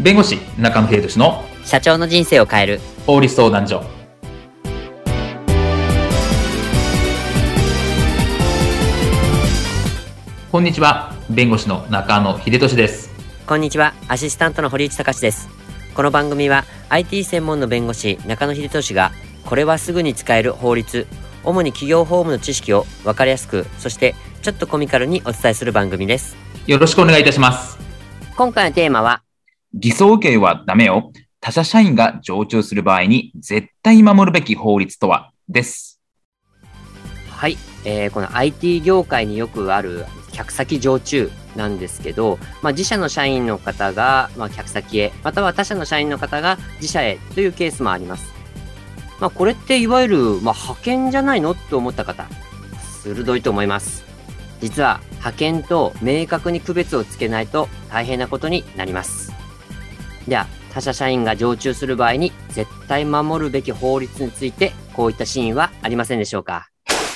弁護士中野秀俊の社長の人生を変える法律相談所。こんにちは、弁護士の中野秀俊です。 こんにちは、アシスタントの堀内隆です。この番組は IT 専門の弁護士中野秀俊がこれはすぐに使える法律、主に企業法務の知識を分かりやすく、そしてちょっとコミカルにお伝えする番組です。 よろしくお願いいたします。 今回のテーマは、 偽装請負はダメよ。他社社員が常駐する場合に絶対守るべき法律とはです。 はい、この IT 業界によくある客先常駐なんですけど、自社の社員の方が、客先へ、または他社の社員の方が自社へというケースもあります。これっていわゆる、派遣じゃないのと思った方、鋭いと思います。実は派遣と明確に区別をつけないと大変なことになります。では、他社社員が常駐する場合に絶対守るべき法律について、こういったシーンはありませんでしょうか。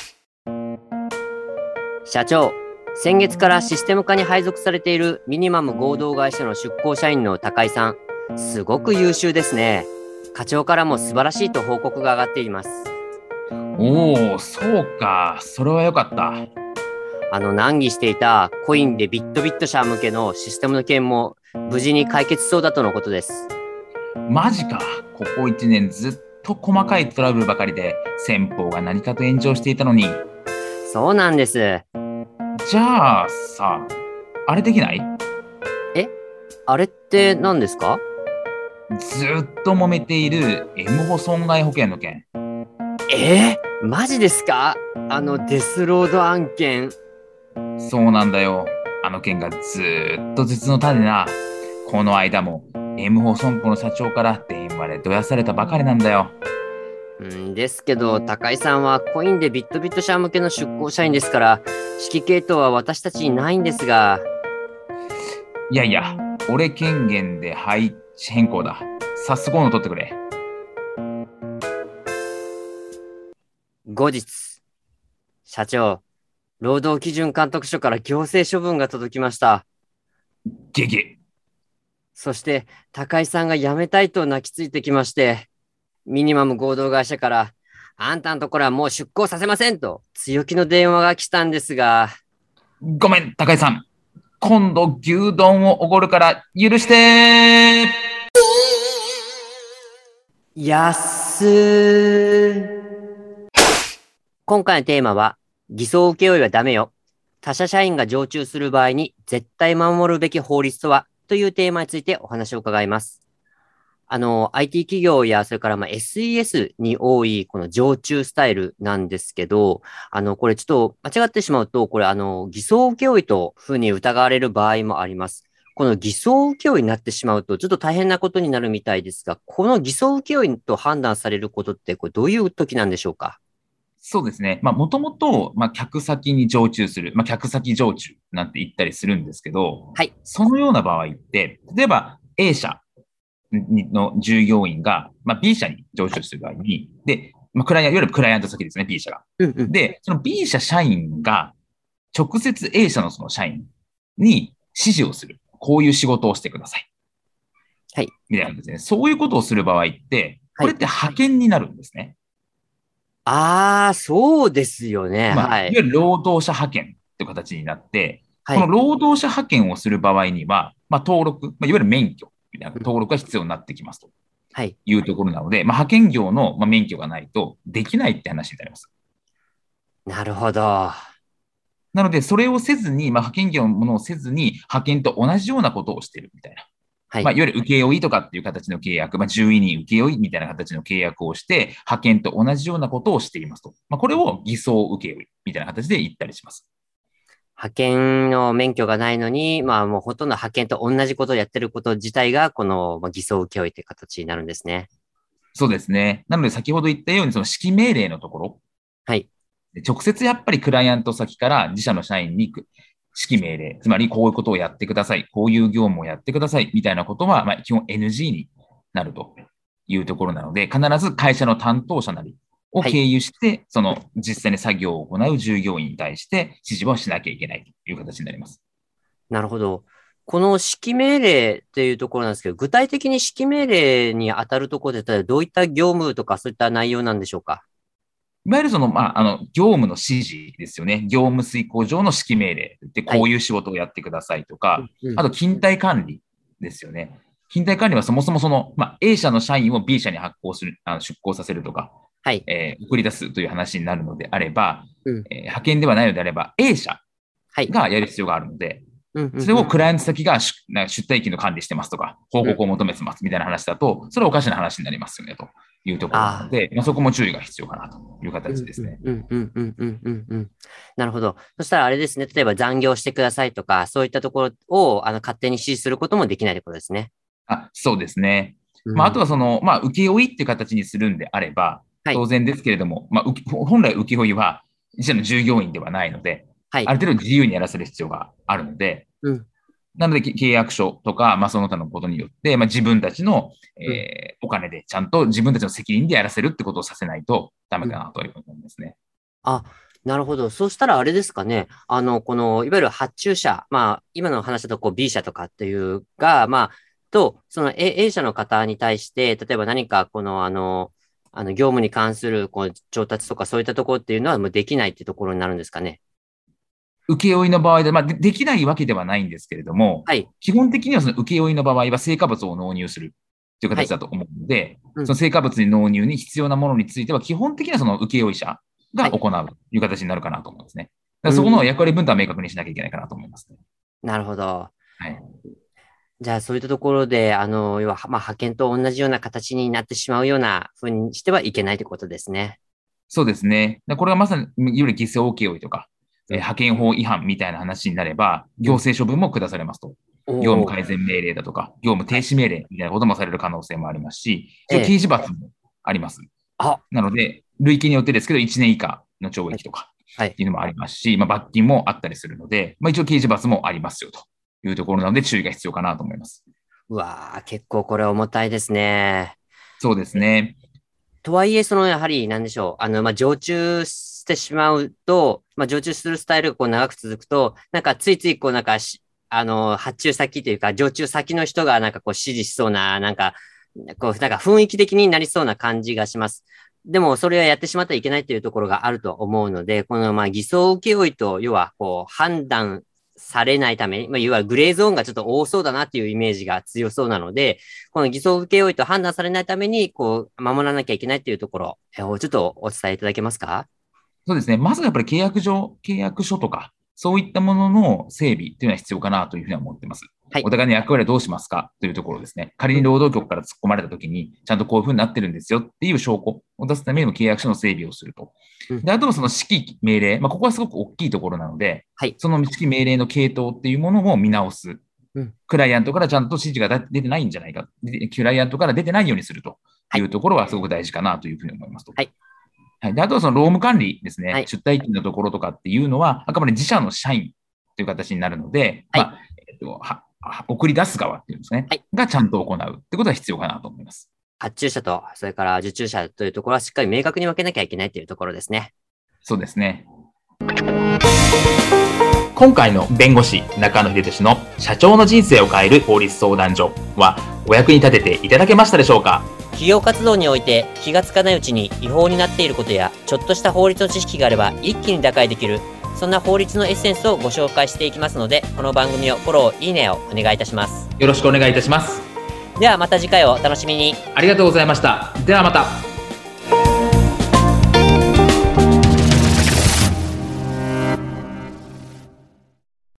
社長、先月からシステム課に配属されているミニマム合同会社の出向社員の高井さん、すごく優秀ですね。課長からも素晴らしいと報告が上がっています。 おお、そうか。それはよかった。 難儀していたコインでビットビット社向けのシステムの件も無事に解決しそうだとのことです。 マジか。ここ1年ずっと細かいトラブルばかりで先方が何かと炎上していたのに。 そうなんです。 じゃあさ、あれできない？ あれって何ですか？ ずっと揉めている M 保損害保険の件。 マジですか？デスロード案件。 そうなんだよ。あの件がずっと鉄の種でな。この間も M 保損保の社長から電話でどやされたばかりなんだよ。 ですけど、高井さんはコインでビットビット社向けの出向社員ですから、指揮系統は私たちにないんですが。 いやいや、俺権限で配置変更だ。早速物取ってくれ。 後日、社長、労働基準監督署から行政処分が届きました。 ゲゲ。 そして、高井さんが辞めたいと泣きついてきまして、ミニマム合同会社から、あんたのところはもう出向させませんと強気の電話が来たんですが。 ごめん、高井さん。今度牛丼をおごるから許してー。 安ー。今回のテーマは、偽装請負はダメよ。他社社員が常駐する場合に絶対守るべき法律とはというテーマについてお話を伺います。IT 企業やそれからSES に多いこの常駐スタイルなんですけど、これちょっと間違ってしまうと、これ偽装請負というふうに疑われる場合もあります。この偽装請負になってしまうとちょっと大変なことになるみたいですが、この偽装請負と判断されることってこれどういう時なんでしょうか？ そうですね。もともと、客先に常駐する。客先常駐なんて言ったりするんですけど、 はい。 そのような場合って、例えば A 社の従業員が、B 社に常駐する場合に、で、いわゆるクライアント先ですね、B 社が。で、その B 社社員が直接 A 社のその社員に指示をする。こういう仕事をしてください。 はい。 みたいなんですね。そういうことをする場合って、これって派遣になるんですね。 そうですよね。 いわゆる労働者派遣という形になって、この労働者派遣をする場合には、登録、いわゆる免許みたいな登録が必要になってきますというところなので、派遣業の免許がないとできないって話になります。 なるほど。 なので、それをせずに、派遣業のものをせずに、派遣と同じようなことをしているみたいな。いわゆる請負とかっていう形の契約、従意人請負みたいな形の契約をして、派遣と同じようなことをしていますと。これを偽装請負みたいな形で言ったりします。 派遣の免許がないのに、もうほとんど派遣と同じことをやってること自体が、この偽装請負という形になるんですね。 そうですね。なので、先ほど言ったように、その指揮命令のところ。 はい。 直接やっぱりクライアント先から自社の社員に指揮命令、つまりこういうことをやってください、こういう業務をやってくださいみたいなことは、基本 NG になるというところなので、必ず会社の担当者なりを経由して、その実際に作業を行う従業員に対して指示をしなきゃいけないという形になります。 なるほど。 この指揮命令っていうところなんですけど、具体的に指揮命令に当たるところで、どういった業務とかそういった内容なんでしょうか？ いわゆる業務の指示ですよね。業務遂行上の指揮命令で、こういう仕事をやってくださいとか、あと、勤怠管理ですよね。勤怠管理はそもそもA 社の社員を B 社に出向させるとか、 はい。 送り出すという話になるのであれば、派遣ではないのであれば、A 社がやる必要があるので、それをクライアント先が出退勤の管理してますとか、報告を求めてますみたいな話だと、それはおかしな話になりますよね、というところなので、そこも注意が必要かなという形ですね。 なるほど。そしたらあれですね、例えば残業してくださいとか、そういったところを勝手に指示することもできないということですね。 そうですね。あとは請負っていう形にするんであれば、当然ですけれども、本来請負は自社の従業員ではないので、ある程度自由にやらせる必要があるので、なので契約書とか、その他のことによって、自分たちの、お金でちゃんと自分たちの責任でやらせるってことをさせないとダメかなというふうに思いますね。 なるほど。そうしたらあれですかね。いわゆる発注者、今の話だとB 社とかっていうが、その A 社の方に対して、例えば何か業務に関する調達とかそういったところっていうのはもうできないっていうところになるんですかね。 請負の場合で、できないわけではないんですけれども、基本的にはその請負の場合は成果物を納入するという形だと思うので、その成果物に納入に必要なものについては、基本的にはその請負者が行うという形になるかなと思いますね。だからそこの役割分担を明確にしなきゃいけないかなと思いますね。 なるほど。じゃあそういったところで、要は派遣と同じような形になってしまうようなふうにしてはいけないということですね。 そうですね。これはまさに、いわゆる偽装請負とか、派遣法違反みたいな話になれば、行政処分も下されますと。業務改善命令だとか、業務停止命令みたいなこともされる可能性もありますし、刑事罰もあります。なので、累計によってですけど、1年以下の懲役とかっていうのもありますし、罰金もあったりするので、一応刑事罰もありますよというところなので、注意が必要かなと思います。 結構これ重たいですね。 そうですね。 とはいえ、やはり、なんでしょう。常駐してしまうと、常駐するスタイルが長く続くと、ついつい発注先というか、常駐先の人が指示しそうな、雰囲気的になりそうな感じがします。でも、それはやってしまってはいけないというところがあると思うので、この、偽装請負と、要は、判断されないために、いわゆるグレーゾーンがちょっと多そうだなっていうイメージが強そうなので、この偽装請負と判断されないために、守らなきゃいけないっていうところをちょっとお伝えいただけますか？ そうですね。まずやっぱり契約書とか、そういったものの整備というのは必要かなというふうには思っています。お互いの役割はどうしますかというところですね。仮に労働局から突っ込まれたときに、ちゃんとこういうふうになってるんですよっていう証拠を出すためにも契約書の整備をすると。で、あとはその指揮命令、ここはすごく大きいところなので、その指揮命令の系統っていうものを見直す。クライアントからちゃんと指示が出てないんじゃないか。クライアントから出てないようにするというところはすごく大事かなというふうに思いますと。で、あとはその労務管理ですね。出退勤のところとかっていうのは、あくまで自社の社員という形になるので、送り出す側っていうんですね。がちゃんと行うってことは必要かなと思います。 発注者と、それから受注者というところはしっかり明確に分けなきゃいけないというところですね。 そうですね。今回の弁護士中野秀俊の社長の人生を変える法律相談所はお役に立てていただけましたでしょうか？ 企業活動において気がつかないうちに違法になっていることや、ちょっとした法律の知識があれば一気に打開できる、そんな法律のエッセンスをご紹介していきますので、この番組をフォロー、いいねをお願いいたします。 よろしくお願いいたします。 ではまた次回をお楽しみに。 ありがとうございました。ではまた。